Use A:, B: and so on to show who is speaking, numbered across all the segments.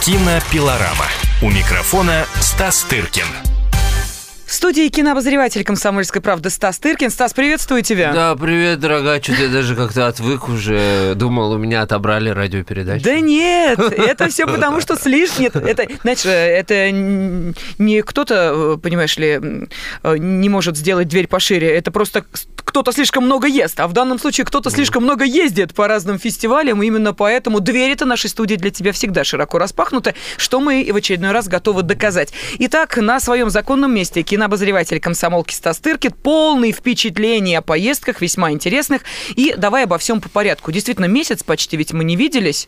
A: Кинопилорама. У микрофона Стас Тыркин.
B: В студии кинообозреватель «Комсомольской правды» Стас Тыркин. Стас, приветствую тебя.
C: Да, привет, дорогая. Что-то я даже как-то отвык уже. Думал, у меня отобрали радиопередачу.
B: Да нет, это все потому, что слишком... Это, знаешь, это не кто-то, понимаешь ли, не может сделать дверь пошире. Это просто кто-то слишком много ест. А в данном случае кто-то слишком много ездит по разным фестивалям. Именно поэтому двери-то нашей студии для тебя всегда широко распахнуты, что мы и в очередной раз готовы доказать. Итак, на своем законном месте кинообозреватель комсомолки Стас Тыркин, полный впечатлений о поездках, весьма интересных. И давай обо всем по порядку. Действительно, месяц почти ведь мы не виделись.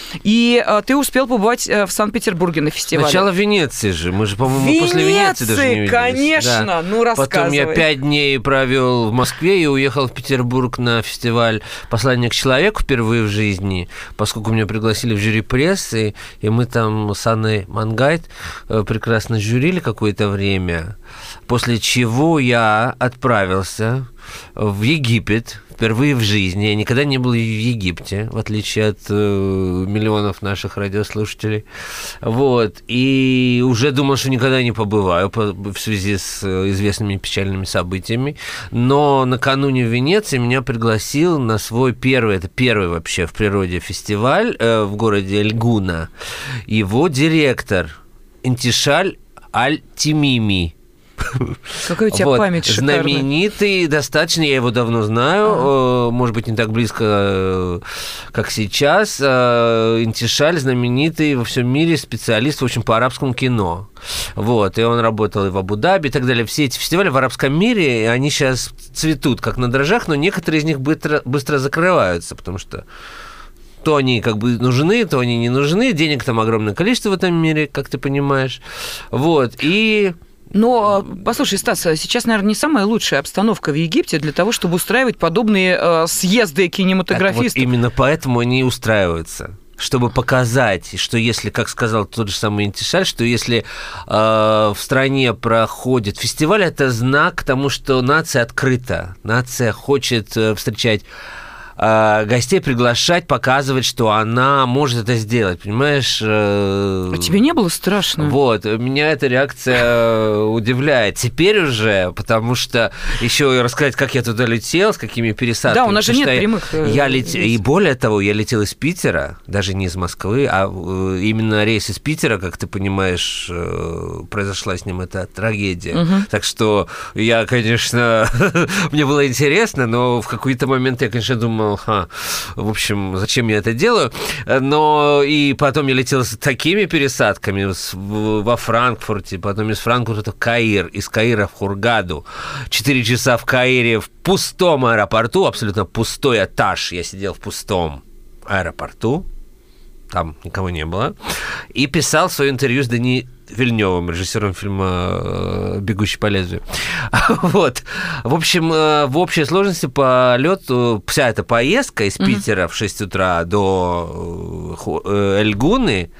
B: И ты успел побывать в Санкт-Петербурге на фестивале.
C: Сначала в Венеции же. Мы же, по-моему, после Венеции даже не виделись.
B: Конечно. Да. Ну, рассказывай.
C: Потом я 5 дней провел в Москве и уехал в Петербург на фестиваль «Послание к человеку» впервые в жизни, поскольку меня пригласили в жюри прессы, и мы там с Анной Мангайт прекрасно жюрили какое-то время. После чего я отправился в Египет впервые в жизни. Я никогда не был в Египте, в отличие от миллионов наших радиослушателей. Вот. И уже думал, что никогда не побываю в связи с известными печальными событиями. Но накануне в Венеции меня пригласил на свой это первый вообще в природе фестиваль в городе Эльгуна. Его директор Интишаль Аль-Тимими.
B: Какая у тебя память шикарная.
C: Знаменитый, достаточно, я его давно знаю, может быть, не так близко, как сейчас. Интишаль знаменитый во всем мире специалист, в общем, по арабскому кино. Вот, и он работал и в Абу-Даби и так далее. Все эти фестивали в арабском мире, они сейчас цветут, как на дрожжах, но некоторые из них быстро закрываются, потому что то они как бы нужны, то они не нужны. Денег там огромное количество в этом мире, как ты понимаешь. Вот, и...
B: Но, послушай, Стас, сейчас, наверное, не самая лучшая обстановка в Египте для того, чтобы устраивать подобные съезды кинематографистов.
C: Так вот, именно поэтому они устраиваются. Чтобы показать, что если, как сказал тот же самый Интишаль, что если в стране проходит фестиваль, это знак тому, что нация открыта. Нация хочет встречать гостей, приглашать, показывать, что она может это сделать, понимаешь?
B: А тебе не было страшно?
C: Вот, меня эта реакция удивляет. Теперь уже, потому что еще рассказать, как я туда летел, с какими пересадками.
B: Да, у нас же нет прямых.
C: И более того, я летел из Питера, даже не из Москвы, а именно рейс из Питера, как ты понимаешь, произошла с ним эта трагедия. Угу. Так что я, конечно, мне было интересно, но в какой-то момент я, конечно, думал, в общем, зачем я это делаю? Но и потом я летел с такими пересадками во Франкфурте, потом из Франкфурта в Каир, из Каира в Хургаду. 4 часа в Каире в пустом аэропорту, абсолютно пустой этаж. Я сидел в пустом аэропорту, там никого не было, и писал свое интервью с Дани Вильнёвым, режиссером фильма «Бегущий по лезвию». Вот. В общем, в общей сложности полет, вся эта поездка из Питера в 6 утра до Эльгуны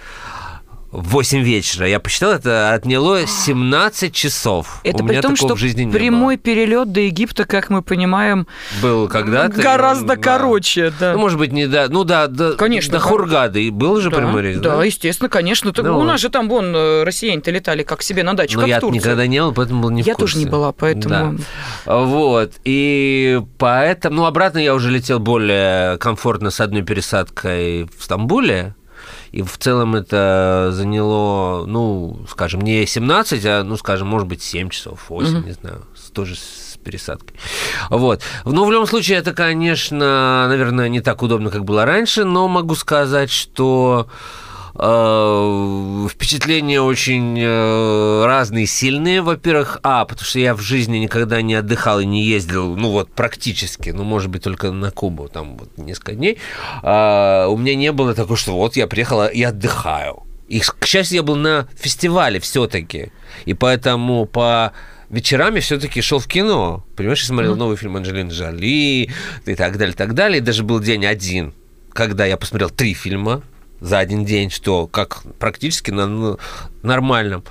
C: в 8 вечера, я посчитал, это отняло 17 часов.
B: Это
C: у
B: при
C: меня
B: том,
C: такого
B: что
C: в жизни не
B: прямой
C: было.
B: перелет до Египта, как мы понимаем,
C: был когда-то
B: гораздо короче. Да.
C: Ну, может быть, не до... Ну, да, конечно, до Хургады был же прямой рейс, да?
B: Да, естественно, конечно. У нас же там, россияне-то летали как себе на дачу,
C: как
B: в Турции.
C: Я никогда не был, поэтому был не в курсе.
B: Я тоже не была, поэтому...
C: Да. Вот. И поэтому... обратно я уже летел более комфортно с одной пересадкой в Стамбуле. И в целом это заняло, скажем, не 17, а, скажем, может быть, 7 часов, 8, не знаю, тоже с пересадкой. Вот. Но в любом случае это, конечно, наверное, не так удобно, как было раньше, но могу сказать, что впечатления очень разные, сильные. Во-первых, потому что я в жизни никогда не отдыхал и не ездил, практически, может быть, только на Кубу, там несколько дней. У меня не было такого, что я приехал и отдыхаю. И, к счастью, я был на фестивале все-таки, и поэтому по вечерами все-таки шел в кино. Понимаешь, я смотрел новый фильм Анджелины Джоли и так далее, так далее. И даже был день один, когда я посмотрел 3 фильма за один день, что как практически на нормальном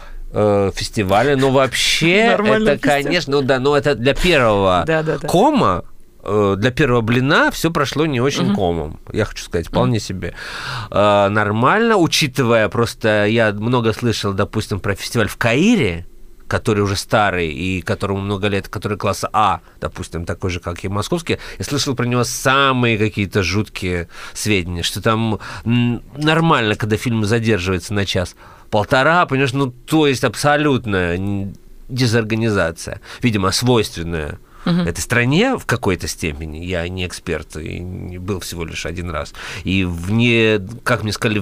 C: фестивале. Но вообще это, конечно, но это для первого кома для первого блина все прошло не очень комом. Я хочу сказать, вполне себе нормально, учитывая, просто я много слышал, допустим, про фестиваль в Каире, который уже старый и которому много лет, который класса А, допустим, такой же, как и московский, я слышал про него самые какие-то жуткие сведения, что там нормально, когда фильм задерживается на час-полтора, понимаешь, ну, то есть абсолютная дезорганизация, видимо, свойственная этой стране в какой-то степени. Я не эксперт и был всего лишь один раз. И как мне сказали, в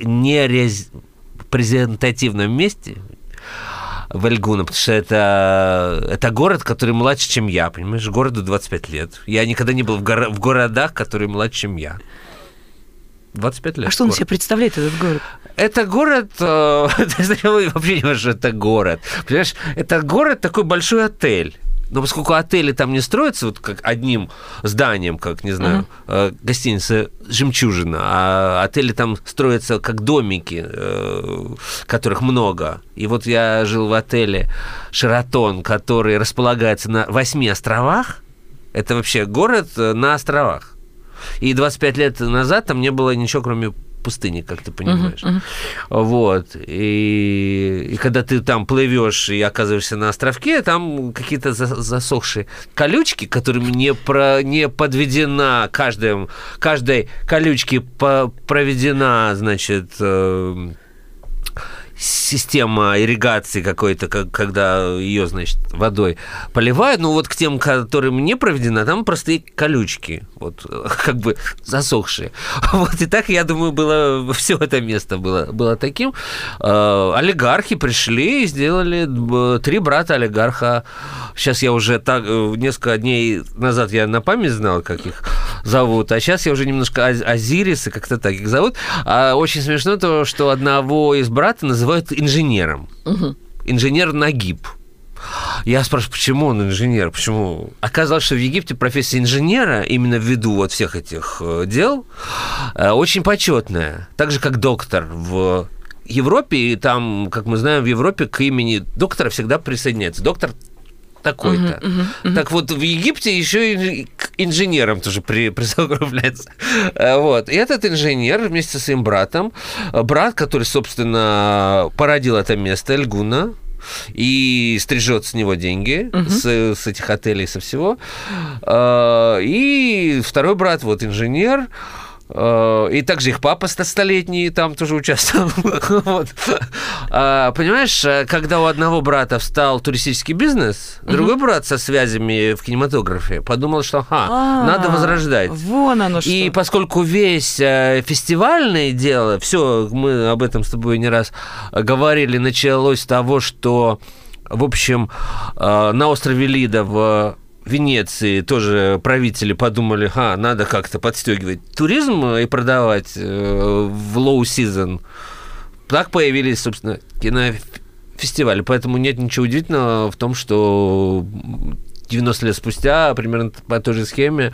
C: нерепрезентативном месте в Эльгуна, потому что это город, который младше, чем я, понимаешь? Городу 25 лет. Я никогда не был в городах, которые младше, чем я. 25 лет.
B: А что он себе представляет, этот город?
C: Это город... Ты сначала вообще не понимаешь, что это город. Понимаешь, это город, такой большой отель. Но поскольку отели там не строятся вот как одним зданием, как, не знаю, гостиница «Жемчужина», а отели там строятся как домики, которых много. И вот я жил в отеле «Шератон», который располагается на 8 островах. Это вообще город на островах. И 25 лет назад там не было ничего, кроме пустыни, как ты понимаешь. Вот. И когда ты там плывешь и оказываешься на островке, там какие-то засохшие колючки, которыми не подведена каждой колючке проведена, значит, система ирригации какой-то, когда ее, значит, водой поливают. Ну, вот к тем, которым не проведена, там простые колючки, вот, как бы засохшие. Вот, и так, я думаю, было все это место было таким. Олигархи пришли и сделали 3 брата олигарха. Сейчас я уже так, несколько дней назад я на память знал, как их зовут, а сейчас я уже немножко Азирисы, как-то так их зовут. А очень смешно то, что одного из брата называют инженером. Инженер Нагиб. Я спрашиваю, почему он инженер? Почему? Оказалось, что в Египте профессия инженера, именно ввиду вот всех этих дел, очень почетная. Так же, как доктор в Европе. И там, как мы знаем, в Европе к имени доктора всегда присоединяется доктор такой-то. Так вот, в Египте еще и к инженерам тоже присоединяется. Вот. И этот инженер вместе со своим братом, брат, который, собственно, породил это место, Эльгуна, и стрижет с него деньги, с этих отелей, со всего. И второй брат, вот инженер, и также их папа столетний там тоже участвовал. Вот. Понимаешь, когда у одного брата встал туристический бизнес, другой брат со связями в кинематографе подумал, что надо возрождать.
B: Вон оно что.
C: И поскольку весь фестивальное дело, все, мы об этом с тобой не раз говорили, началось с того, что, в общем, на острове Лида в Венеции тоже правители подумали, надо как-то подстегивать туризм и продавать в low season. Так появились, собственно, кинофестивали. Поэтому нет ничего удивительного в том, что 90 лет спустя, примерно по той же схеме,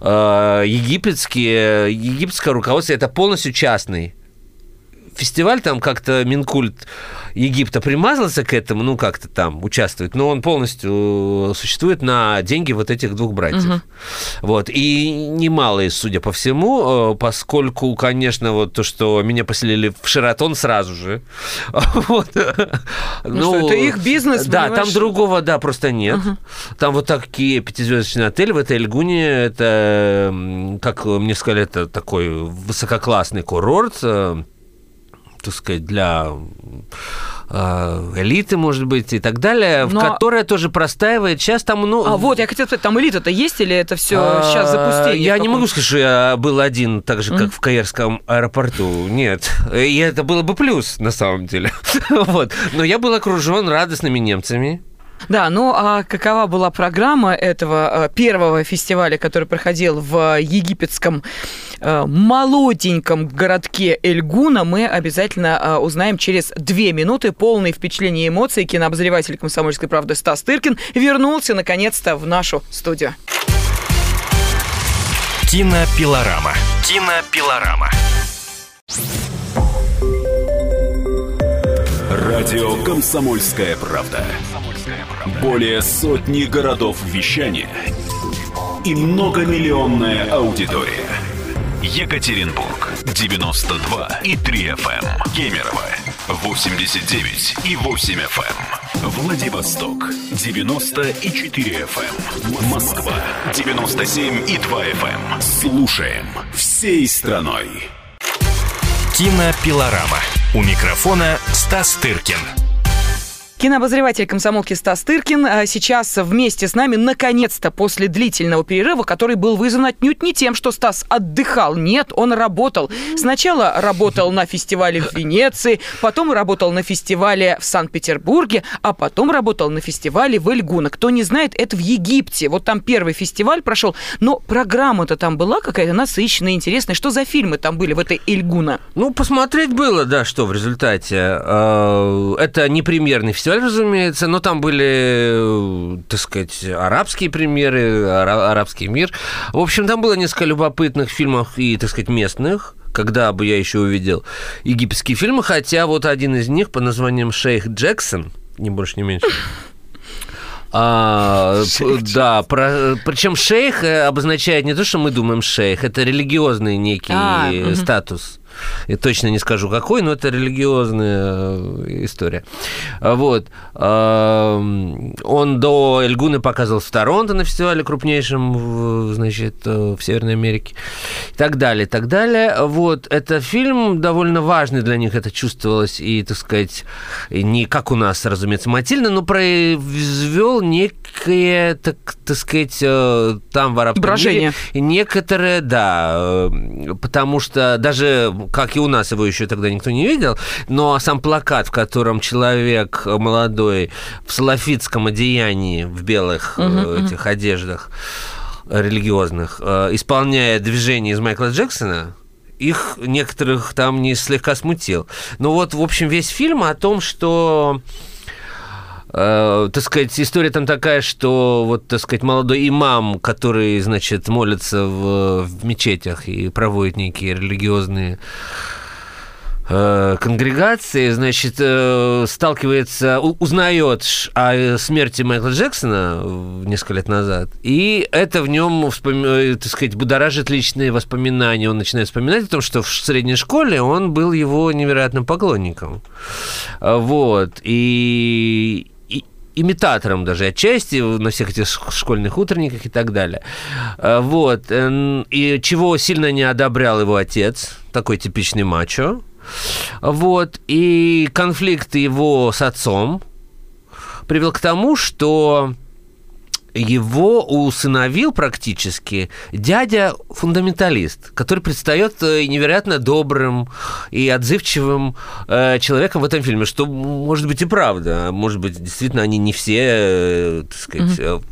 C: египетское руководство – это полностью частный фестиваль, там как-то Минкульт Египта примазался к этому, ну, как-то там участвует, но он полностью существует на деньги вот этих 2 братьев. Вот. И немалые, судя по всему, поскольку, конечно, вот то, что меня поселили в Шератон сразу же. Вот.
B: Ну, это их бизнес,
C: да,
B: понимаешь?
C: там другого, да, просто нет. Там вот такие 5-звездочные отели в этой Эльгуне, это, как мне сказали, это такой высококлассный курорт, так сказать, для элиты, может быть, и так далее, в которой тоже простаивает. Сейчас там,
B: вот, я хотела сказать, там элита-то есть или это все сейчас запустение?
C: Я не могу сказать, что я был один, так же, как в Каирском аэропорту. Нет. И это было бы плюс, на самом деле. Вот. Но я был окружен радостными немцами.
B: Да, ну а какова была программа этого первого фестиваля, который проходил в египетском молоденьком городке Эльгуна, мы обязательно узнаем через 2 минуты. Полные впечатления и эмоций кинообозреватель «Комсомольской правды» Стас Тыркин вернулся наконец-то в нашу студию.
A: Кинопилорама. Кинопилорама.
D: Радио «Комсомольская правда». Более сотни городов вещания и многомиллионная аудитория. Екатеринбург 92,3 FM. Кемерово 89,8 FM. Владивосток 90,4 FM. Москва 97,2 FM. Слушаем всей страной.
A: Кинопилорама. У микрофона Стас Тыркин.
B: Кинообозреватель комсомолки Стас Тыркин сейчас вместе с нами, наконец-то, после длительного перерыва, который был вызван отнюдь не тем, что Стас отдыхал. Нет, он работал. Сначала работал на фестивале в Венеции, потом работал на фестивале в Санкт-Петербурге, а потом работал на фестивале в Эльгуна. Кто не знает, это в Египте. Вот там первый фестиваль прошел, но программа-то там была какая-то насыщенная, интересная. Что за фильмы там были в этой Эльгуна?
C: Ну, посмотреть было, да, что в результате. Это не премьерный фестиваль, разумеется, но там были, так сказать, арабские премьеры, арабский мир. В общем, там было несколько любопытных фильмов и, так сказать, местных, когда бы я еще увидел египетские фильмы, хотя вот один из них под названием «Шейх Джексон», ни больше, ни меньше. Да, причем шейх обозначает не то, что мы думаем шейх, это религиозный некий статус. Я точно не скажу, какой, но это религиозная история. Вот. Он до Эльгуны показывался в Торонто на фестивале крупнейшем, значит, в Северной Америке. И так далее, и так далее. Вот. Это фильм довольно важный для них, это чувствовалось, и, так сказать, не как у нас, разумеется, Матильда, но произвел некое, так сказать, там в арабском мире некоторые, да, потому что даже, как и у нас, его еще тогда никто не видел, но сам плакат, в котором человек молодой в салафитском одеянии, в белых этих одеждах религиозных, исполняет движение из Майкла Джексона, их некоторых там не слегка смутил. Но вот, в общем, весь фильм о том, что... так сказать, история там такая, что вот, так сказать, молодой имам, который, значит, молится в мечетях и проводит некие религиозные конгрегации, значит, сталкивается, узнает о смерти Майкла Джексона несколько лет назад, и это в нем, так сказать, будоражит личные воспоминания. Он начинает вспоминать о том, что в средней школе он был его невероятным поклонником. Вот. И имитатором даже отчасти на всех этих школьных утренниках и так далее. Вот. И чего сильно не одобрял его отец, такой типичный мачо. Вот. И конфликт его с отцом привел к тому, что его усыновил практически дядя-фундаменталист, который предстает невероятно добрым и отзывчивым человеком в этом фильме, что может быть и правда. Может быть, действительно, они не все, так сказать,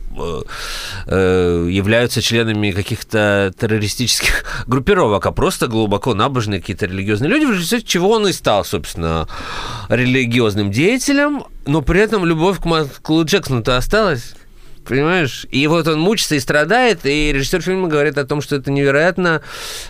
C: являются членами каких-то террористических группировок, а просто глубоко набожные какие-то религиозные люди, в результате чего он и стал, собственно, религиозным деятелем, но при этом любовь к Майклу Джексону-то осталась. Понимаешь? И вот он мучится и страдает, и режиссер фильма говорит о том, что это невероятно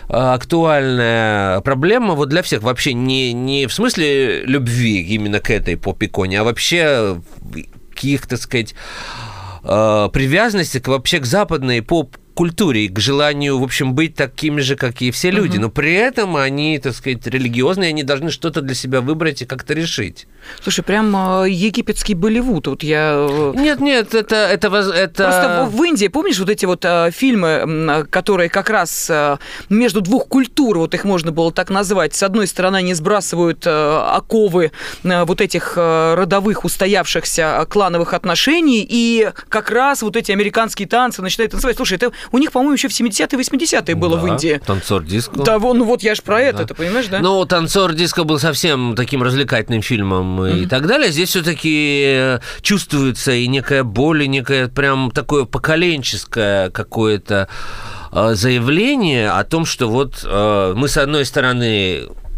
C: актуальная проблема вот для всех. Вообще не в смысле любви именно к этой поп-иконе, а вообще к их, так сказать, привязанности вообще к западной поп-культуре, к желанию, в общем, быть такими же, как и все люди. Но при этом они, так сказать, религиозные, они должны что-то для себя выбрать и как-то решить.
B: Слушай, прям египетский Болливуд. Вот я...
C: Нет, это...
B: Просто в Индии, помнишь, вот эти вот фильмы, которые как раз между двух культур, вот их можно было так назвать. С одной стороны, они сбрасывают оковы вот этих родовых устоявшихся клановых отношений, и как раз вот эти американские танцы начинают танцевать. Слушай, это у них, по-моему, еще в 70-е, 80-е было в Индии.
C: Танцор диско.
B: Да, ну вот я же про это, ты понимаешь, да?
C: Ну, танцор диско был совсем таким развлекательным фильмом и так далее. Здесь все-таки чувствуется и некая боль, и некое прям такое поколенческое какое-то заявление о том, что вот мы, с одной стороны,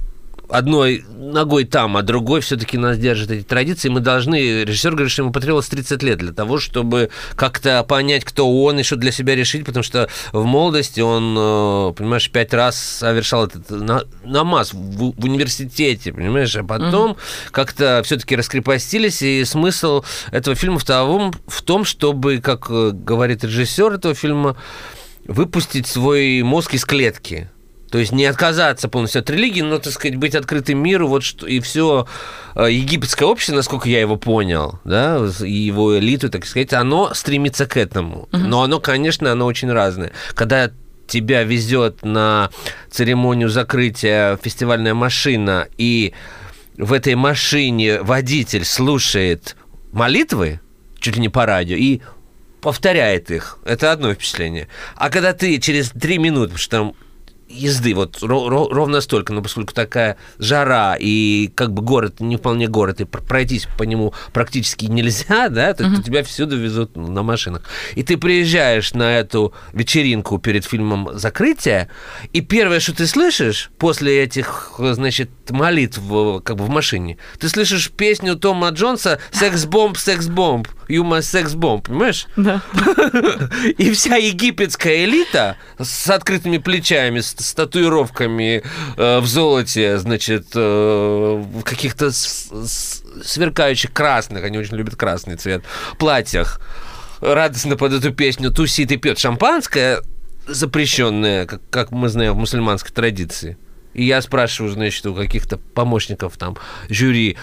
C: одной ногой там, а другой все-таки нас держат эти традиции. Мы должны... Режиссер говорит, что ему потребовалось 30 лет для того, чтобы как-то понять, кто он, и что для себя решить, потому что в молодости он, понимаешь, 5 раз совершал этот намаз в университете, понимаешь, а потом как-то все-таки раскрепостились, и смысл этого фильма в том, чтобы, как говорит режиссер этого фильма, выпустить свой мозг из клетки. То есть не отказаться полностью от религии, но, так сказать, быть открытым миру, вот что, и все египетское общество, насколько я его понял, да, и его элиту, так сказать, оно стремится к этому. Но оно, конечно, оно очень разное. Когда тебя везет на церемонию закрытия фестивальная машина, и в этой машине водитель слушает молитвы, чуть ли не по радио, и повторяет их, это одно впечатление. А когда ты через 3 минуты, потому что там езды вот ровно столько, но поскольку такая жара, и как бы город не вполне город, и пройтись по нему практически нельзя, да, то тебя всюду везут на машинах. И ты приезжаешь на эту вечеринку перед фильмом «Закрытие», и первое, что ты слышишь после этих, значит, молитв как бы в машине, ты слышишь песню Тома Джонса «Секс-бомб, секс-бомб», «You must секс-бомб», понимаешь? Да. И вся египетская элита с открытыми плечами, с татуировками в золоте, значит, в каких-то сверкающих красных, они очень любят красный цвет, платьях, радостно под эту песню тусит и пьет шампанское, запрещенное, как мы знаем в мусульманской традиции. И я спрашиваю, значит, у каких-то помощников там жюри,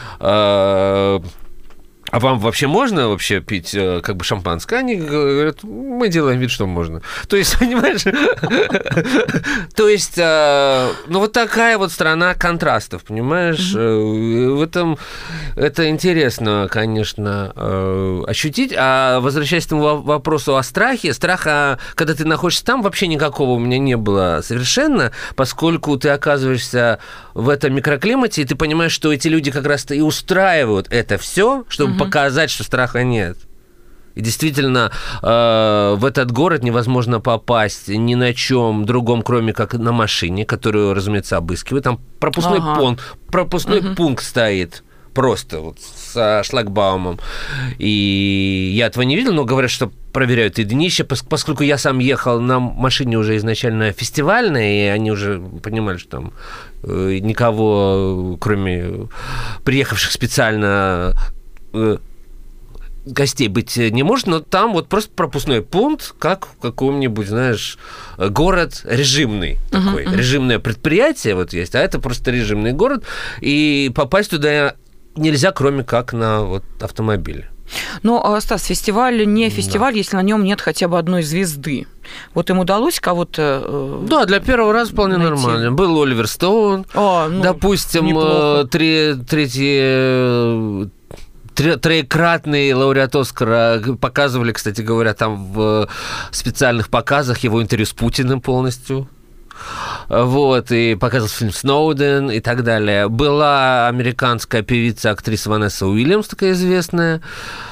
C: а вам вообще можно вообще пить как бы шампанское? Они говорят, мы делаем вид, что можно. То есть, понимаешь? То есть, ну вот такая вот страна контрастов, понимаешь? В этом это интересно, конечно, ощутить. А возвращаясь к тому вопросу о страхе, страха, когда ты находишься там, вообще никакого у меня не было совершенно, поскольку ты оказываешься в этом микроклимате, и ты понимаешь, что эти люди как раз-то и устраивают это все, чтобы показать, что страха нет. И действительно, в этот город невозможно попасть ни на чем другом, кроме как на машине, которую, разумеется, обыскивают. Там пропускной пункт стоит просто вот со шлагбаумом. И я этого не видел, но говорят, что проверяют и днище, поскольку я сам ехал на машине уже изначально фестивальной, и они уже понимали, что там никого, кроме приехавших специально гостей быть не может, но там вот просто пропускной пункт, как в каком-нибудь, знаешь, город режимный такой. Режимное предприятие вот есть, а это просто режимный город, и попасть туда нельзя, кроме как на вот автомобиле.
B: Ну, Стас, фестиваль не фестиваль, если на нем нет хотя бы одной звезды. Вот им удалось кого-то
C: Да, для первого раза вполне найти. Нормально. Был Оливер Стоун, допустим, троекратный лауреат Оскара. Показывали, кстати говоря, там в специальных показах его интервью с Путиным полностью. Вот, и показывал фильм «Сноуден» и так далее. Была американская певица, актриса Ванесса Уильямс, такая известная.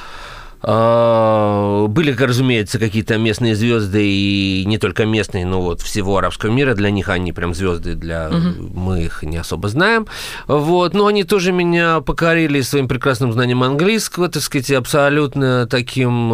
C: Были, разумеется, какие-то местные звезды, и не только местные, но вот всего арабского мира. Для них они прям звезды, мы их не особо знаем. Вот. Но они тоже меня покорили своим прекрасным знанием английского, так сказать, абсолютно таким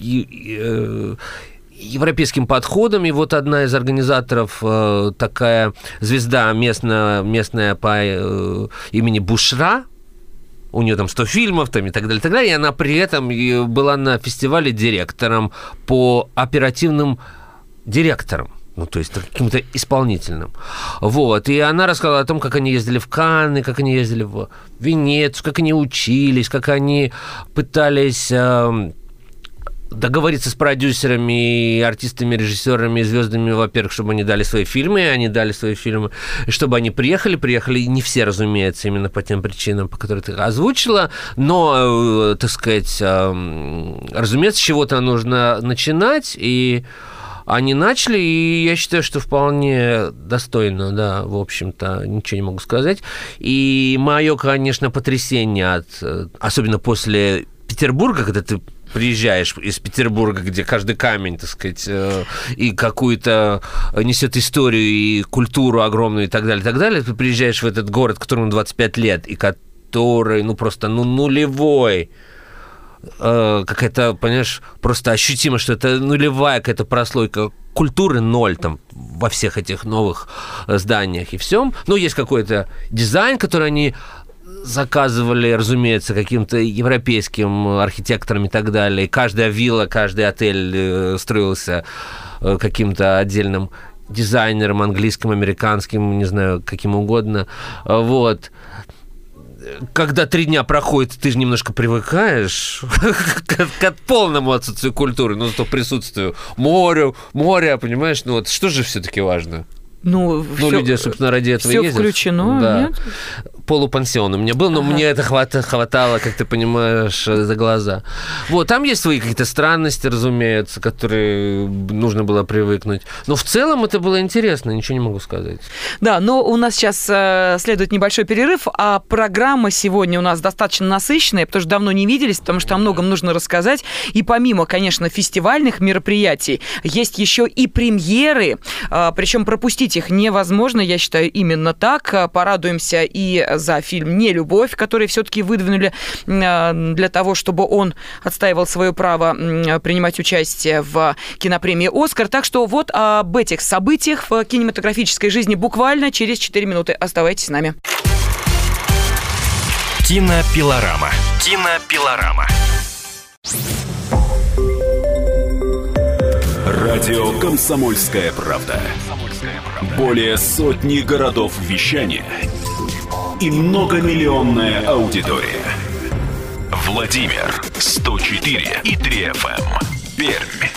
C: европейским подходом. И вот одна из организаторов, такая звезда местная по имени Бушра, у нее там 100 фильмов там, и так далее, и она при этом была на фестивале директором по оперативным директорам, ну, то есть каким-то исполнительным. Вот, и она рассказала о том, как они ездили в Канны, как они ездили в Венецию, как они учились, как они пытались договориться с продюсерами, артистами, режиссерами, звездами, во-первых, чтобы они дали свои фильмы, чтобы они приехали, не все, разумеется, именно по тем причинам, по которым ты озвучила, но, так сказать, разумеется, с чего-то нужно начинать, и они начали, и я считаю, что вполне достойно, да, в общем-то, ничего не могу сказать. И мое, конечно, потрясение особенно после Петербурга, когда ты приезжаешь из Петербурга, где каждый камень, так сказать, и какую-то несет историю и культуру огромную и так далее, ты приезжаешь в этот город, которому 25 лет, и который, просто нулевой, какая-то, понимаешь, просто ощутимо, что это нулевая какая-то прослойка культуры, ноль там во всех этих новых зданиях и всем. Есть какой-то дизайн, который они заказывали, разумеется, каким-то европейским архитекторам и так далее. И каждая вилла, каждый отель строился каким-то отдельным дизайнером, английским, американским, не знаю, каким угодно. Вот. Когда 3 дня проходит, ты же немножко привыкаешь к полному отсутствию культуры, но зато присутствию моря, понимаешь? Что же все-таки важно? Люди, собственно, ради этого ездят.
B: Все включено,
C: да.
B: Нет?
C: Полупансион у меня был, но мне это хватало, как ты понимаешь, за глаза. Там есть свои какие-то странности, разумеется, которые нужно было привыкнуть. Но в целом это было интересно, ничего не могу сказать.
B: Да, но у нас сейчас следует небольшой перерыв, а программа сегодня у нас достаточно насыщенная, потому что давно не виделись, потому что о многом нужно рассказать. И помимо, конечно, фестивальных мероприятий, есть еще и премьеры, причем пропустить их невозможно, я считаю, именно так. Порадуемся и за фильм «Нелюбовь», который все-таки выдвинули для того, чтобы он отстаивал свое право принимать участие в кинопремии «Оскар». Так что вот об этих событиях в кинематографической жизни буквально через 4 минуты. Оставайтесь с нами.
A: Кинопилорама.
D: Радио «Комсомольская правда». Более сотни городов вещания и многомиллионная аудитория. Владимир 104,3 FM. Пермь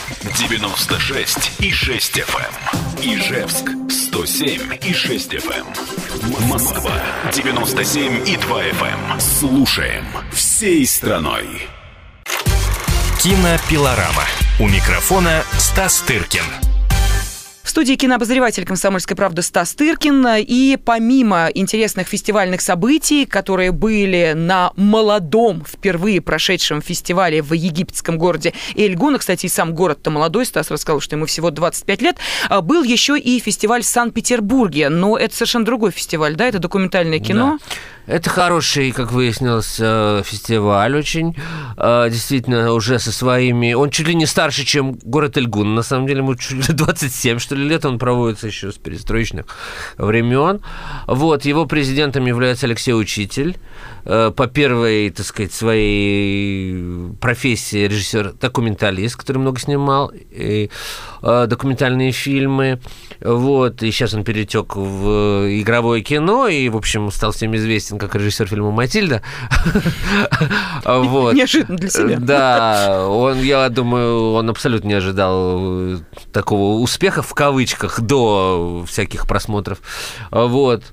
D: 96,6 FM. Ижевск 107,6 FM. Москва 97,2 FM. Слушаем всей страной.
A: Кинопилорама. У микрофона Стас Тыркин.
B: В студии кинообозреватель «Комсомольской правды» Стас Тыркин. И помимо интересных фестивальных событий, которые были на молодом, впервые прошедшем фестивале в египетском городе Эль-Гуна, кстати, и сам город-то молодой, Стас рассказал, что ему всего 25 лет, был еще и фестиваль в Санкт-Петербурге. Но это совершенно другой фестиваль, да? Это документальное кино.
C: Да. Это хороший, как выяснилось, фестиваль очень. Действительно, уже со своими... Он чуть ли не старше, чем город Эль-Гун. На самом деле, ему чуть ли 27, что ли, лет. Он проводится еще с перестроечных времен. Вот. Его президентом является Алексей Учитель. По первой, так сказать, своей профессии режиссер-документалист, который много снимал, и документальные фильмы. Вот. И сейчас он перетек в игровое кино и, в общем, стал всем известен как режиссер фильма «Матильда».
B: Неожиданно для себя.
C: Да, я думаю, он абсолютно не ожидал такого успеха, в кавычках, до всяких просмотров. Вот.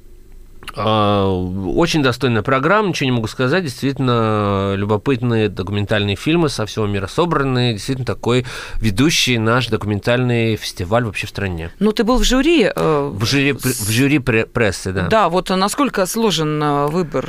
C: Очень достойная программа, ничего не могу сказать. Действительно, любопытные документальные фильмы со всего мира собранные. Действительно, такой ведущий наш документальный фестиваль вообще в стране.
B: Ну, ты был в жюри?
C: В жюри прессы, да.
B: Да, вот насколько сложен выбор?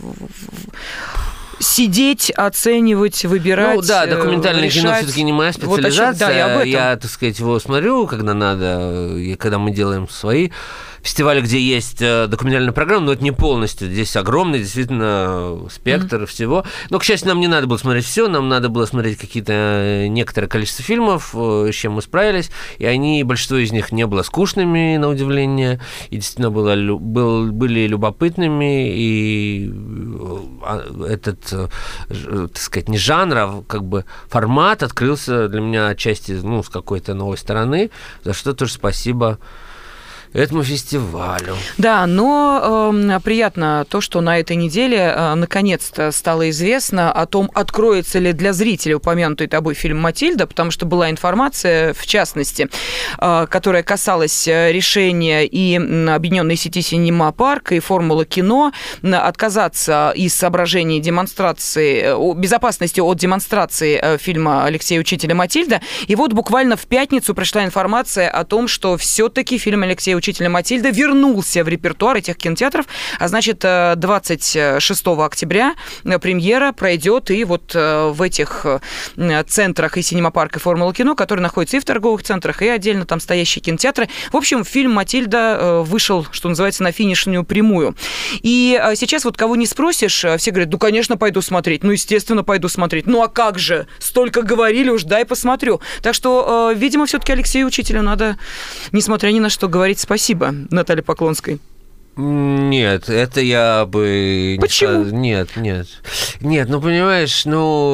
B: Сидеть, оценивать, выбирать,
C: Ну да, документальное
B: решать.
C: кино все-таки не моя специализация.
B: Вот, да, я об этом.
C: Я, так сказать, его смотрю, когда надо, и когда мы делаем свои фестивали, где есть документальная программа, но это не полностью. Здесь огромный, действительно, спектр всего. Но, к счастью, нам не надо было смотреть все, нам надо было смотреть некоторое количество фильмов, с чем мы справились, и большинство из них не было скучными, на удивление, и действительно были любопытными, и этот, так сказать, не жанр, а как бы формат открылся для меня отчасти, с какой-то новой стороны, за что тоже спасибо этому фестивалю.
B: Да, но приятно то, что на этой неделе наконец-то стало известно о том, откроется ли для зрителей упомянутый тобой фильм «Матильда», потому что была информация, в частности, которая касалась решения и Объединенной сети «Синема Парк», и «Формулы кино» отказаться из соображений безопасности от демонстрации фильма Алексея Учителя «Матильда». И вот буквально в пятницу пришла информация о том, что все-таки фильм Алексея Учителя «Учителя Матильды» вернулся в репертуар этих кинотеатров. А значит, 26 октября премьера пройдет и вот в этих центрах и «Синема-парк», и «Формула кино», которые находятся и в торговых центрах, и отдельно там стоящие кинотеатры. В общем, фильм «Матильда» вышел, что называется, на финишную прямую. И сейчас вот кого не спросишь, все говорят: ну, конечно, пойду смотреть. Ну, естественно, пойду смотреть. Ну, а как же? Столько говорили, уж дай посмотрю. Так что, видимо, все-таки Алексею Учителю надо, несмотря ни на что, говорить спасибо Наталье Поклонской.
C: Нет, это я бы...
B: Почему?
C: Нет, ну, понимаешь,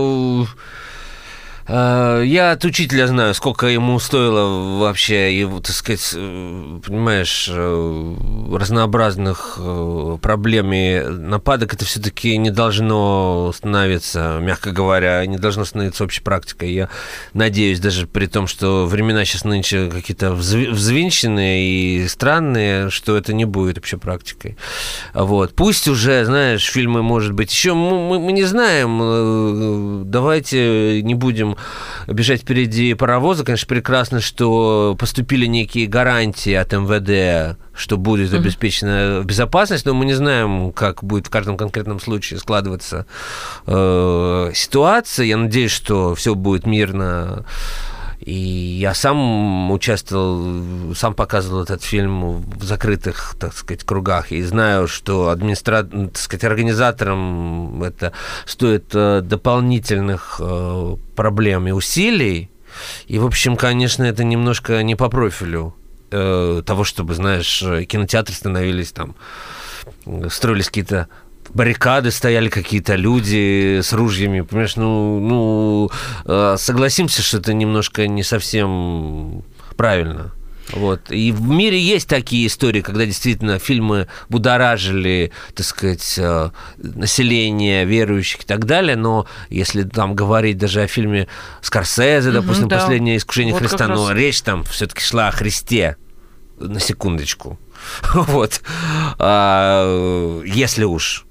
C: я от учителя знаю, сколько ему стоило вообще, его, так сказать, понимаешь, разнообразных проблем и нападок. Это все-таки не должно становиться, мягко говоря, не должно становиться общей практикой. Я надеюсь, даже при том, что времена сейчас нынче какие-то взвинченные и странные, что это не будет общей практикой. Вот. Пусть уже, знаешь, фильмы, может быть, еще мы не знаем, давайте не будем бежать впереди паровоза. Конечно, прекрасно, что поступили некие гарантии от МВД, что будет обеспечена безопасность, но мы не знаем, как будет в каждом конкретном случае складываться ситуация. Я надеюсь, что все будет мирно. И я сам участвовал, сам показывал этот фильм в закрытых, так сказать, кругах. И знаю, что так сказать, организаторам это стоит дополнительных проблем и усилий. И, в общем, конечно, это немножко не по профилю того, чтобы, знаешь, кинотеатры становились там, строились какие-то баррикады, стояли какие-то люди с ружьями, понимаешь, согласимся, что это немножко не совсем правильно. Вот. И в мире есть такие истории, когда действительно фильмы будоражили, так сказать, население, верующих и так далее, но если там говорить даже о фильме Скорсезе, допустим, да. «Последнее искушение вот Христа», но речь там все-таки шла о Христе, на секундочку. Вот. Если уж.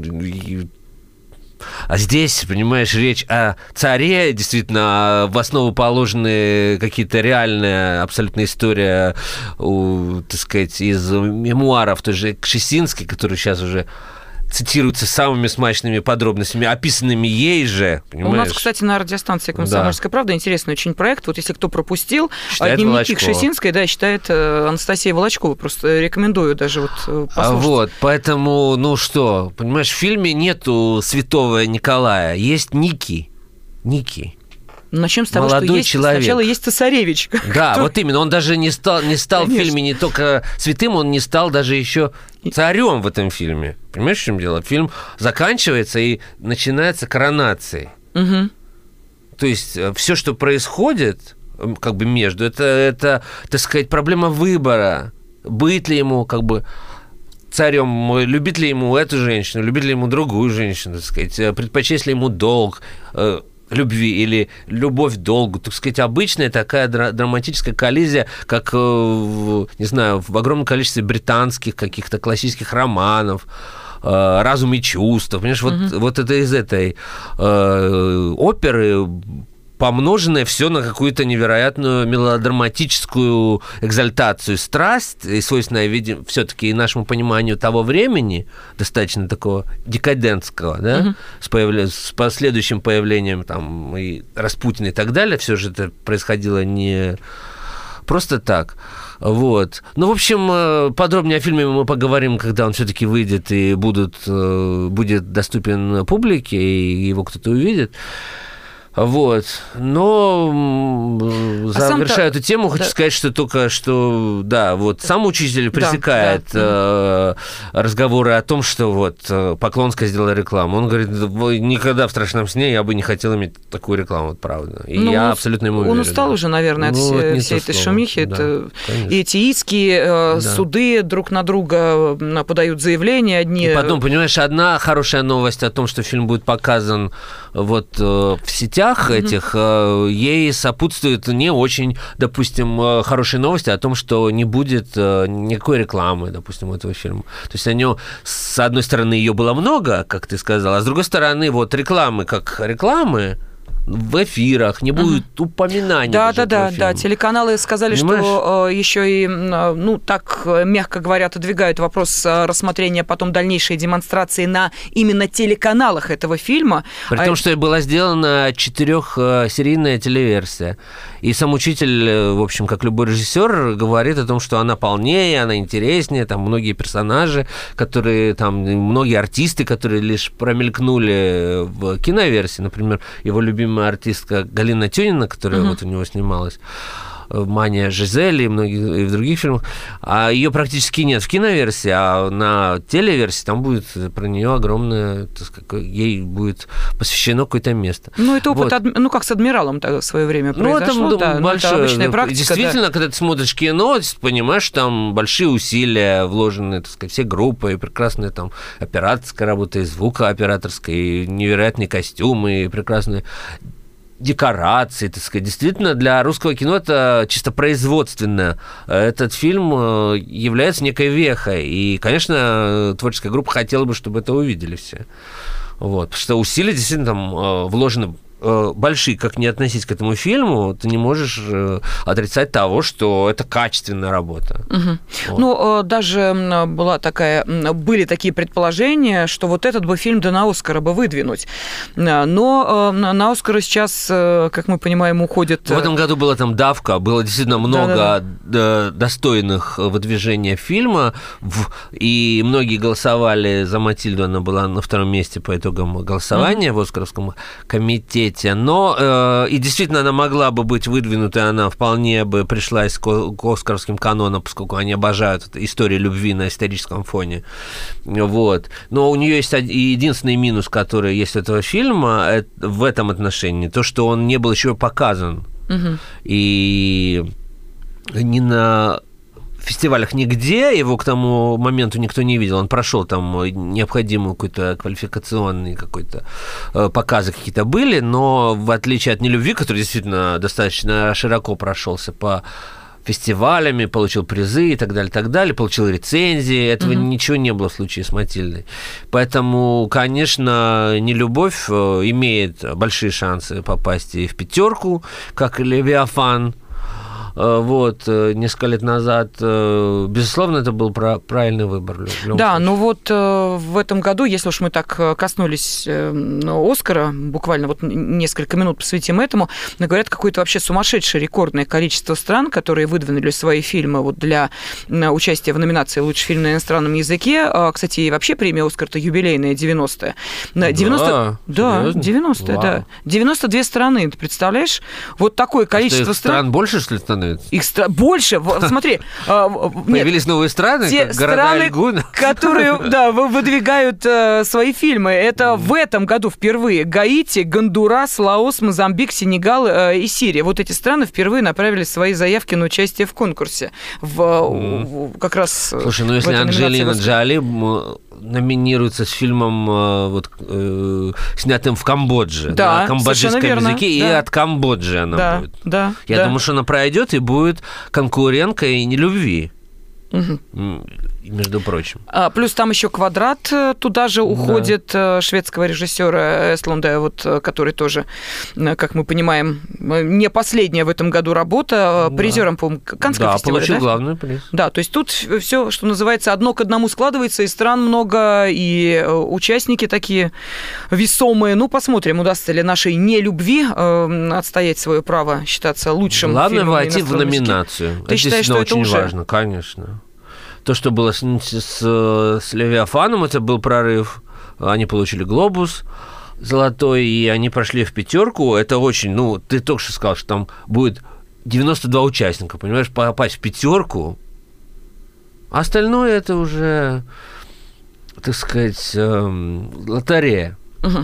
C: А здесь, понимаешь, речь о царе, действительно, в основу положены какие-то реальные, абсолютно история, так сказать, из мемуаров той же Кшесинской, который сейчас уже цитируется самыми смачными подробностями, описанными ей же, понимаешь?
B: У нас, кстати, на радиостанции «Комсомольская правда» интересный очень проект. Вот если кто пропустил, дневники Кшесинской, да, читает Анастасия Волочкова. Просто рекомендую даже вот послушать.
C: Вот, поэтому, что, понимаешь, в фильме нету святого Николая, есть Ники.
B: Начнем с того,
C: молодой
B: что есть,
C: человек. Сначала
B: есть цесаревич.
C: Да, вот именно. Он даже не стал в фильме не только святым, он не стал даже еще царем в этом фильме. Понимаешь, в чем дело? Фильм заканчивается и начинается коронацией. Угу. То есть все, что происходит, как бы между, это, так сказать, проблема выбора. Быть ли ему, как бы, царем, любит ли ему эту женщину, любит ли ему другую женщину, так сказать, предпочесть ли ему долг, любви или любовь к долгу, так сказать, обычная такая драматическая коллизия, как, не знаю, в огромном количестве британских каких-то классических романов, «Разум и чувства». Понимаешь, вот это из этой оперы помноженное все на какую-то невероятную мелодраматическую экзальтацию страсть, и свойственное, видимо, все-таки и нашему пониманию того времени, достаточно такого декадентского, да, с последующим появлением там и Распутина и так далее, все же это происходило не просто так. Вот. Ну, в общем, подробнее о фильме мы поговорим, когда он все-таки выйдет и будет доступен публике, и его кто-то увидит. Вот. Но завершая эту тему, хочу сказать, что только что, да, вот сам учитель пресекает разговоры о том, что вот Поклонская сделала рекламу. Он говорит, никогда в страшном сне я бы не хотел иметь такую рекламу, вот правда. И я абсолютно ему верю.
B: Он устал уже, наверное, от всей этой шумихи.
C: Да,
B: и эти иски, суды друг на друга подают заявления одни.
C: И потом, понимаешь, одна хорошая новость о том, что фильм будет показан вот в сетях этих, ей сопутствует не очень, допустим, хорошие новости о том, что не будет никакой рекламы, допустим, у этого фильма. То есть с одной стороны, ее было много, как ты сказал, а с другой стороны, вот рекламы как рекламы, в эфирах, не будет упоминаний.
B: Да. Телеканалы сказали, понимаешь? Что еще и, так, мягко говоря, отодвигают вопрос рассмотрения потом дальнейшей демонстрации на именно телеканалах этого фильма.
C: При том, что была сделана 4-серийная телеверсия. И сам учитель, в общем, как любой режиссер, говорит о том, что она полнее, она интереснее, там многие персонажи, которые там, многие артисты, которые лишь промелькнули в киноверсии, например, его любимая артистка Галина Тюнина, которая вот у него снималась, «Мания Жизель» и в других фильмах, а ее практически нет в киноверсии, а на телеверсии там будет про нее огромное, так сказать, ей будет посвящено какое-то место.
B: Это опыт, вот. Как с «Адмиралом» в свое время произошло.
C: Это большое. Это обычная практика. Действительно, когда ты смотришь кино, понимаешь, там большие усилия вложены, так сказать, все группы, и прекрасная там операторская работа, и звукооператорская, и невероятные костюмы, и прекрасные декорации, так сказать. Действительно, для русского кино это чисто производственно. Этот фильм является некой вехой. И, конечно, творческая группа хотела бы, чтобы это увидели все. Вот. Потому что усилия действительно там вложены большие, как не относись к этому фильму, ты не можешь отрицать того, что это качественная работа.
B: Вот. Даже были такие предположения, что вот этот бы фильм на Оскара бы выдвинуть. Но на Оскара сейчас, как мы понимаем, уходит...
C: В этом году была там давка, было действительно много достойных выдвижения фильма, и многие голосовали за «Матильду», она была на втором месте по итогам голосования в Оскаровском комитете. Но и действительно она могла бы быть выдвинута, она вполне бы пришлась к оскаровским канонам, поскольку они обожают историю любви на историческом фоне. Вот. Но у нее есть единственный минус, который есть у этого фильма в этом отношении, то, что он не был еще показан. И не на фестивалях нигде, его к тому моменту никто не видел, он прошел там необходимую какой-то квалификационный какой-то показы какие-то были, но в отличие от «Нелюбви», который действительно достаточно широко прошелся по фестивалями, получил призы и так далее, получил рецензии, этого ничего не было в случае с «Матильдой». Поэтому, конечно, «Нелюбовь» имеет большие шансы попасть и в пятерку, как и «Левиафан». Вот, несколько лет назад, безусловно, это был правильный выбор.
B: Да, в этом году, если уж мы так коснулись Оскара, буквально вот несколько минут посвятим этому, говорят, какое-то вообще сумасшедшее рекордное количество стран, которые выдвинули свои фильмы вот для участия в номинации «Лучший фильм на иностранном языке». Кстати, и вообще премия «Оскар»-то юбилейная, 90-е. 90-е, да. 92 страны, ты представляешь? Вот такое количество
C: стран больше, что ли, становится?
B: Их больше. Смотри.
C: Появились новые страны, как города Эльгуна.
B: Которые выдвигают свои фильмы. Это в этом году впервые Гаити, Гондурас, Лаос, Мозамбик, Сенегал и Сирия. Вот эти страны впервые направили свои заявки на участие в конкурсе. Как раз.
C: Слушай, если Анджелина Джоли номинируется с фильмом, снятым в Камбодже, на камбоджийском языке, и от Камбоджи она будет. Я думаю, что она пройдет и будет конкуренткой «Нелюбви». Между прочим.
B: Плюс там еще «Квадрат» туда же уходит, шведского режиссера Эстлунда, который тоже, как мы понимаем, не последняя в этом году работа, призером, по-моему, Каннского фестиваля.
C: Получил главный приз.
B: Да, то есть тут все, что называется, одно к одному складывается, и стран много, и участники такие весомые. Посмотрим, удастся ли нашей «Нелюбви» отстоять свое право считаться лучшим фильмом.
C: Главное войти в номинацию.
B: Ты считаешь, что это
C: очень важно, конечно. То, что было с «Левиафаном», это был прорыв. Они получили «Глобус» золотой, и они прошли в пятерку. Это очень... ты только что сказал, что там будет 92 участника, понимаешь? Попасть в пятерку. А остальное это уже, так сказать, лотерея.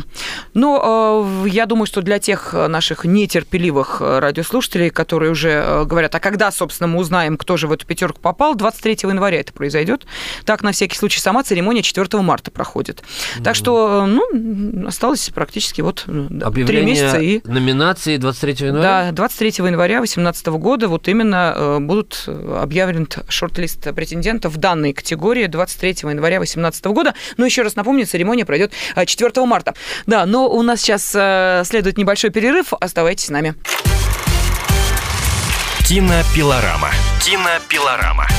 B: Я думаю, что для тех наших нетерпеливых радиослушателей, которые уже говорят, а когда, собственно, мы узнаем, кто же в эту пятерку попал, 23 января это произойдет. Так, на всякий случай, сама церемония 4 марта проходит. Так что, осталось практически 3 месяца. И
C: номинации 23 января?
B: Да, 23 января 2018 года именно будут объявлен шорт-лист претендентов в данной категории 23 января 2018 года. Но еще раз напомню, церемония пройдет 4 марта. марта. Да, но у нас сейчас следует небольшой перерыв. Оставайтесь с нами.
A: Кинопилорама. Кинопилорама.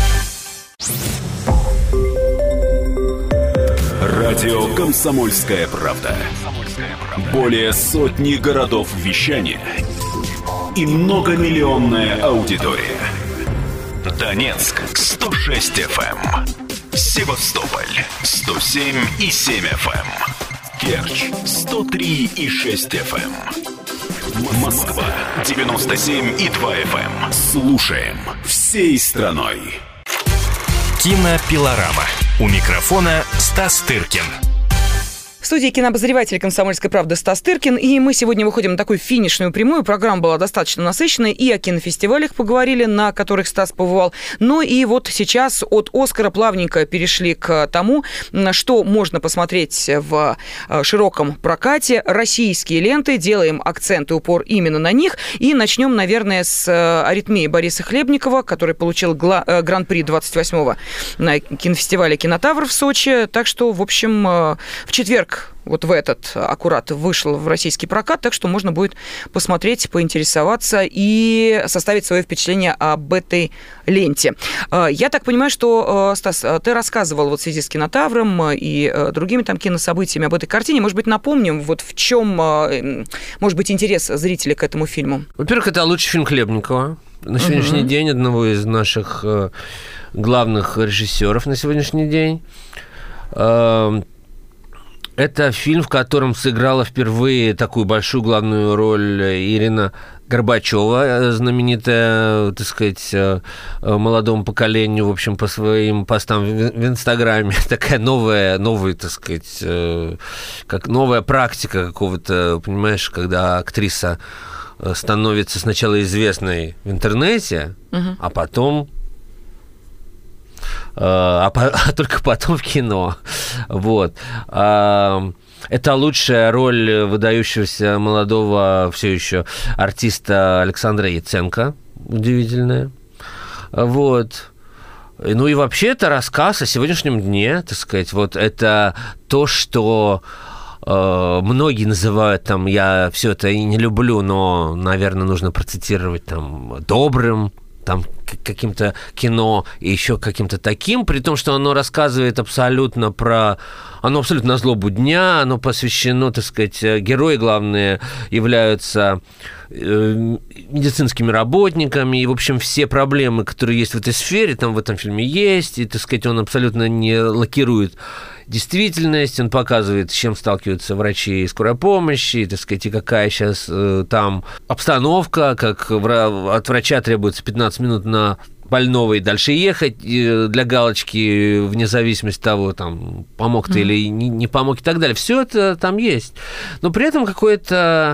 D: Радио «Комсомольская правда». Более сотни городов вещания и многомиллионная аудитория. Донецк 106 FM, Севастополь 107,7 FM, Керчь 103,6 FM, Москва 97,2 FM. Слушаем всей страной.
A: Кинопилорама. У микрофона Стас Тыркин.
B: В студии кинообозреватель «Комсомольской правды» Стас Тыркин. И мы сегодня выходим на такую финишную прямую. Программа была достаточно насыщенной. И о кинофестивалях поговорили, на которых Стас побывал. Но и вот сейчас от «Оскара» плавненько перешли к тому, что можно посмотреть в широком прокате. Российские ленты. Делаем акцент и упор именно на них. И начнем, наверное, с «Аритмии» Бориса Хлебникова, который получил гран-при 28-го на кинофестивале «Кинотавр» в Сочи. Так что, в общем, в четверг вот в этот аккурат вышел в российский прокат, так что можно будет посмотреть, поинтересоваться и составить свое впечатление об этой ленте. Я так понимаю, что, Стас, ты рассказывал вот в связи с «Кинотавром» и другими там кинособытиями об этой картине. Может быть, напомним, вот в чем может быть интерес зрителей к этому фильму?
C: Во-первых, это лучший фильм Хлебникова. На сегодняшний день одного из наших главных режиссеров на сегодняшний день. Это фильм, в котором сыграла впервые такую большую главную роль Ирина Горбачева, знаменитая, так сказать, молодому поколению, в общем, по своим постам в Инстаграме. Такая новая, так сказать, как новая практика какого-то, понимаешь, когда актриса становится сначала известной в интернете, а потом... только потом в кино. Вот. Это лучшая роль выдающегося молодого все еще артиста Александра Яценко. Удивительная. Вот. Ну и вообще это рассказ о сегодняшнем дне, так сказать. Вот это то, что многие называют, там, я все это и не люблю, но, наверное, нужно процитировать, там, добрым, там, каким-то кино и еще каким-то таким, при том, что оно рассказывает абсолютно оно абсолютно на злобу дня, оно посвящено, так сказать, герои главные являются медицинскими работниками, и, в общем, все проблемы, которые есть в этой сфере, там в этом фильме есть, и, так сказать, он абсолютно не лакирует действительность, он показывает, с чем сталкиваются врачи скорой помощи, так сказать, и какая сейчас там обстановка, как от врача требуется 15 минут на больного и дальше ехать для галочки, вне зависимости от того, там, помог ты или не помог и так далее. Все это там есть. Но при этом какое-то...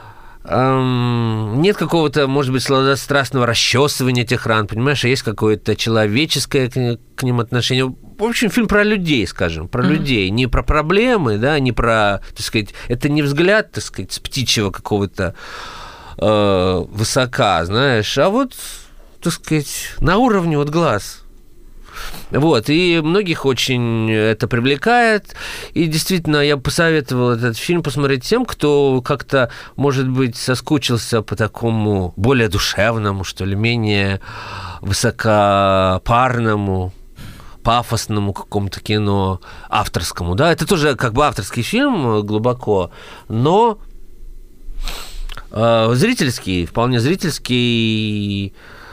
C: нет какого-то, может быть, сладострастного расчесывания этих ран, понимаешь, а есть какое-то человеческое к ним отношение. В общем, фильм про людей, скажем, про людей, не про проблемы, да, не про, так сказать, это не взгляд, так сказать, с птичьего какого-то высока, знаешь, а вот, так сказать, на уровне вот глаз. Вот, и многих очень это привлекает, и действительно я бы посоветовал этот фильм посмотреть тем, кто как-то, может быть, соскучился по такому более душевному, что ли, менее высокопарному, пафосному какому-то кино, авторскому, да, это тоже как бы авторский фильм глубоко, но зрительский, вполне зрительский,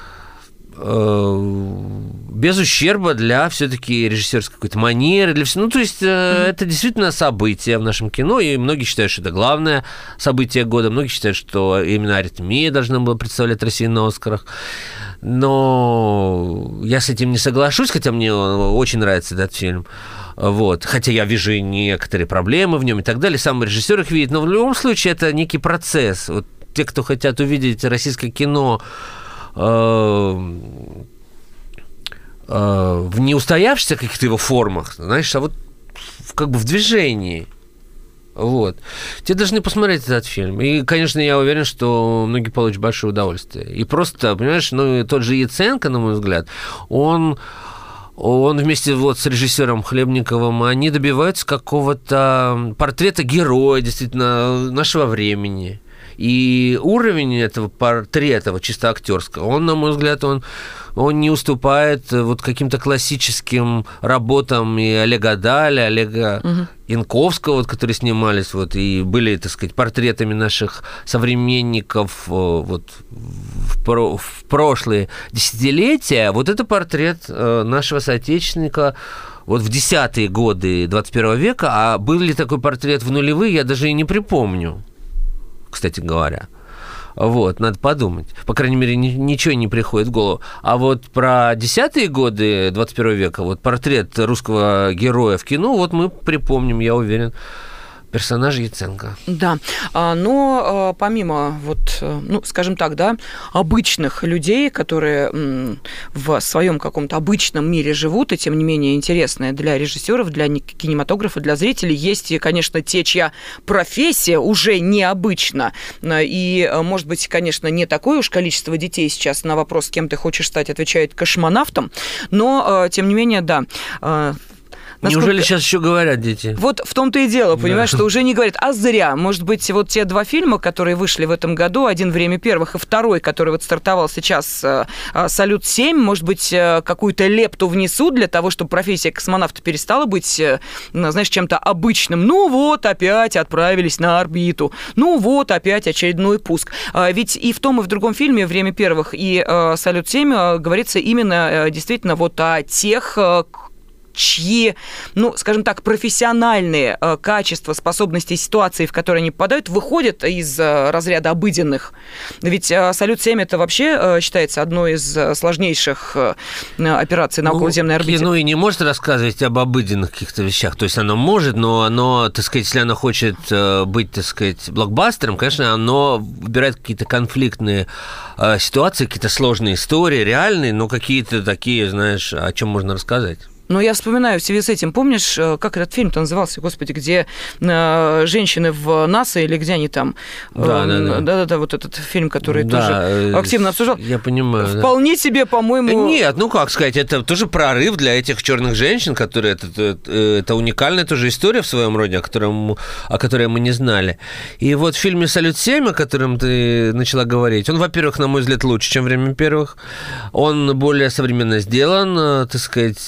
C: без ущерба для все-таки режиссерской какой-то манеры, для всего. Ну, то есть это действительно событие в нашем кино, и многие считают, что это главное событие года, многие считают, что именно «Аритмия» должна была представлять Россию на «Оскарах». Но я с этим не соглашусь, хотя мне очень нравится этот фильм. Вот. Хотя я вижу и некоторые проблемы в нем и так далее, сам режиссер их видит, но в любом случае это некий процесс. Вот те, кто хотят увидеть российское кино в неустоявшихся каких-то его формах, знаешь, а вот как бы в движении. Вот. Те должны посмотреть этот фильм. И, конечно, я уверен, что многие получат большое удовольствие. И просто, понимаешь, ну, тот же Яценко, на мой взгляд, он он вместе вот с режиссером Хлебниковым, они добиваются какого-то портрета героя, действительно, нашего времени. И уровень этого портрета, вот чисто актерского, он, на мой взгляд, он не уступает вот каким-то классическим работам и Олега Даля, Олега Янковского, вот, которые снимались, вот, и были, так сказать, портретами наших современников вот, в прошлые десятилетия. Вот это портрет нашего соотечественника вот в 10-е годы 21 века, а был ли такой портрет в нулевые, я даже и не припомню, кстати говоря. Вот, надо подумать. По крайней мере, ничего не приходит в голову. А вот про 10-е годы 21 века, вот портрет русского героя в кино, вот мы припомним, я уверен, персонажа Яценко.
B: Да, но помимо, вот, ну, скажем так, да, обычных людей, которые в своем каком-то обычном мире живут, и тем не менее интересные для режиссеров, для кинематографа, для зрителей, есть, конечно, те, чья профессия уже необычна. И, может быть, конечно, не такое уж количество детей сейчас на вопрос, кем ты хочешь стать, отвечает космонавтом, но, тем не менее, да.
C: Неужели сейчас еще говорят дети?
B: Вот в том-то и дело, понимаешь, что уже не говорят, а зря. Может быть, вот те два фильма, которые вышли в этом году, один «Время первых» и второй, который вот стартовал сейчас, «Салют-7», может быть, какую-то лепту внесут для того, чтобы профессия космонавта перестала быть, знаешь, чем-то обычным. Ну вот, опять отправились на орбиту. Ну вот, опять очередной пуск. Ведь и в том, и в другом фильме «Время первых» и «Салют-7» говорится именно действительно вот о тех, чьи, ну, скажем так, профессиональные качества, способности, ситуации, в которые они попадают, выходят из разряда обыденных. Ведь «Салют-7» это вообще считается одной из сложнейших операций на околоземной орбите.
C: Кино и не может рассказывать об обыденных каких-то вещах. То есть оно может, но оно, так сказать, если оно хочет быть, так сказать, блокбастером, конечно, оно выбирает какие-то конфликтные ситуации, какие-то сложные истории, реальные, но какие-то такие, знаешь, о чем можно рассказать.
B: Но я вспоминаю в связи с этим, помнишь, как этот фильм-то назывался, господи, где женщины в НАСА или где они там? Да, вот этот фильм, который тоже активно обсуждал.
C: Я понимаю.
B: Вполне себе, по-моему...
C: Нет, ну как сказать, это тоже прорыв для этих черных женщин, которые это уникальная тоже история в своем роде, о которой мы не знали. И вот в фильме «Салют-7», о котором ты начала говорить, он, во-первых, на мой взгляд, лучше, чем «Время первых». Он более современно сделан, так сказать.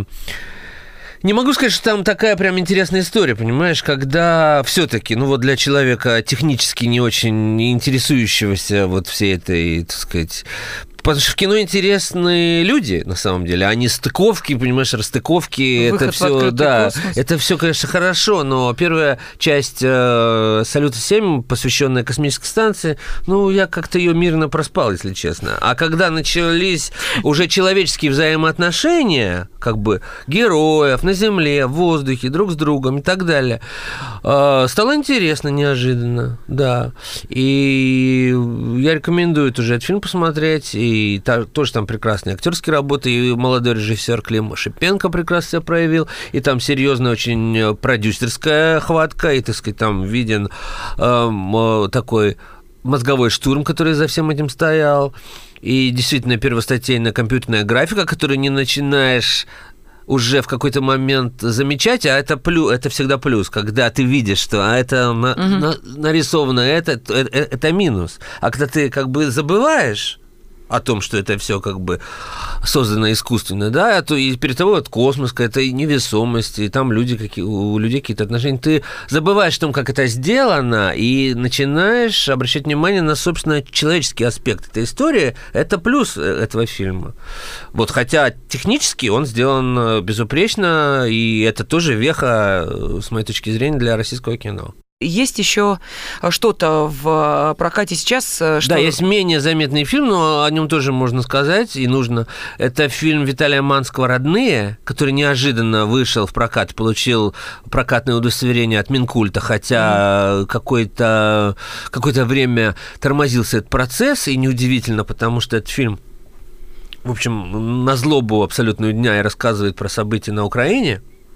C: Не могу сказать, что там такая прям интересная история, понимаешь, когда все-таки, ну вот для человека технически не очень интересующегося вот всей этой, так сказать... Потому что в кино интересные люди, на самом деле, а не стыковки, понимаешь, расстыковки.
B: Выход
C: это все, да,
B: космос.
C: Это все, конечно, хорошо, но первая часть «Салюта-7», посвященная космической станции, ну, я как-то ее мирно проспал, если честно. А когда начались уже человеческие взаимоотношения, как бы героев на Земле, в воздухе, друг с другом и так далее, стало интересно неожиданно, да. И я рекомендую тоже этот фильм посмотреть. И тоже там прекрасные актерские работы, и молодой режиссер Клим Шипенко прекрасно себя проявил, и там серьезная очень продюсерская хватка, и, так сказать, там виден такой мозговой штурм, который за всем этим стоял, и действительно первостатейная компьютерная графика, которую не начинаешь уже в какой-то момент замечать, а это всегда плюс, когда ты видишь, что это нарисовано, это минус. А когда ты как бы забываешь о том, что это все как бы создано искусственно, да, то и перед тобой вот космос, какая-то невесомость, и там у людей какие-то отношения. Ты забываешь о том, как это сделано, и начинаешь обращать внимание на, собственно, человеческий аспект этой истории. Это плюс этого фильма. Вот, хотя технически он сделан безупречно, и это тоже веха, с моей точки зрения, для российского кино.
B: Есть еще что-то в прокате сейчас?
C: Да, есть менее заметный фильм, но о нем тоже можно сказать и нужно. Это фильм Виталия Манского «Родные», который неожиданно вышел в прокат, получил прокатное удостоверение от Минкульта, хотя какое-то время тормозился этот процесс, и неудивительно, потому что этот фильм, в общем, на злобу абсолютную дня и рассказывает про события на Украине.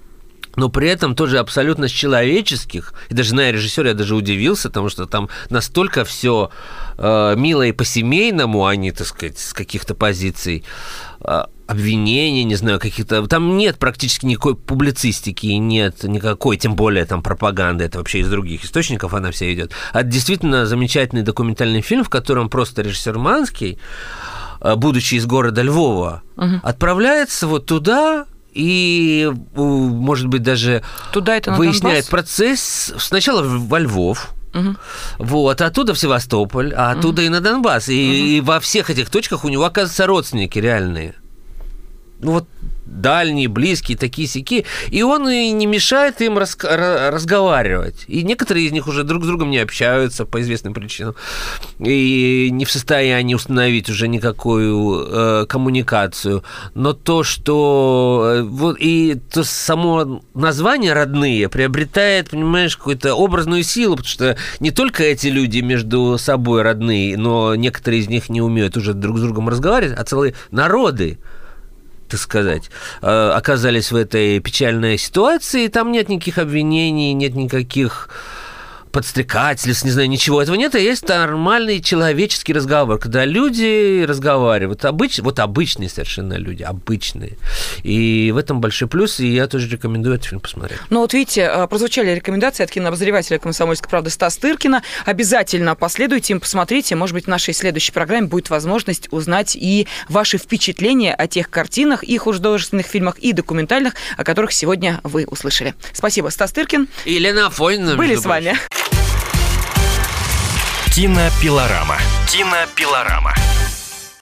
C: но при этом тоже абсолютно с человеческих. И даже зная режиссера, я даже удивился, потому что там настолько все мило и по-семейному, а не, так сказать, с каких-то позиций обвинений, не знаю, каких-то... Там нет практически никакой публицистики, нет никакой, тем более там пропаганды, это вообще из других источников она вся идет. А действительно замечательный документальный фильм, в котором просто режиссер Манский, будучи из города Львова, отправляется вот туда... И, может быть, даже выясняет процесс сначала во Львов, вот, оттуда в Севастополь, а оттуда и на Донбасс. И во всех этих точках у него, оказывается, родственники реальные. Ну вот дальние, близкие, такие-сяки, и он и не мешает им разговаривать. И некоторые из них уже друг с другом не общаются по известным причинам, и не в состоянии установить уже никакую коммуникацию. Но то, что... Вот, и то само название «родные» приобретает, понимаешь, какую-то образную силу, потому что не только эти люди между собой родные, но некоторые из них не умеют уже друг с другом разговаривать, а целые народы, так сказать, оказались в этой печальной ситуации, и там нет никаких обвинений, нет никаких подстрекательств, не знаю, ничего этого нет, а есть нормальный человеческий разговор, когда люди разговаривают, вот обычные совершенно люди, обычные, и в этом большой плюс, и я тоже рекомендую этот фильм посмотреть.
B: Ну вот видите, прозвучали рекомендации от кинообозревателя «Комсомольской правды» Стаса Тыркина, обязательно последуйте им, посмотрите, может быть, в нашей следующей программе будет возможность узнать и ваши впечатления о тех картинах, и художественных фильмах, и документальных, о которых сегодня вы услышали. Спасибо, Стас Тыркин.
C: И Елена Афонина.
B: Были с вами.
A: Кинопилорама. Кинопилорама.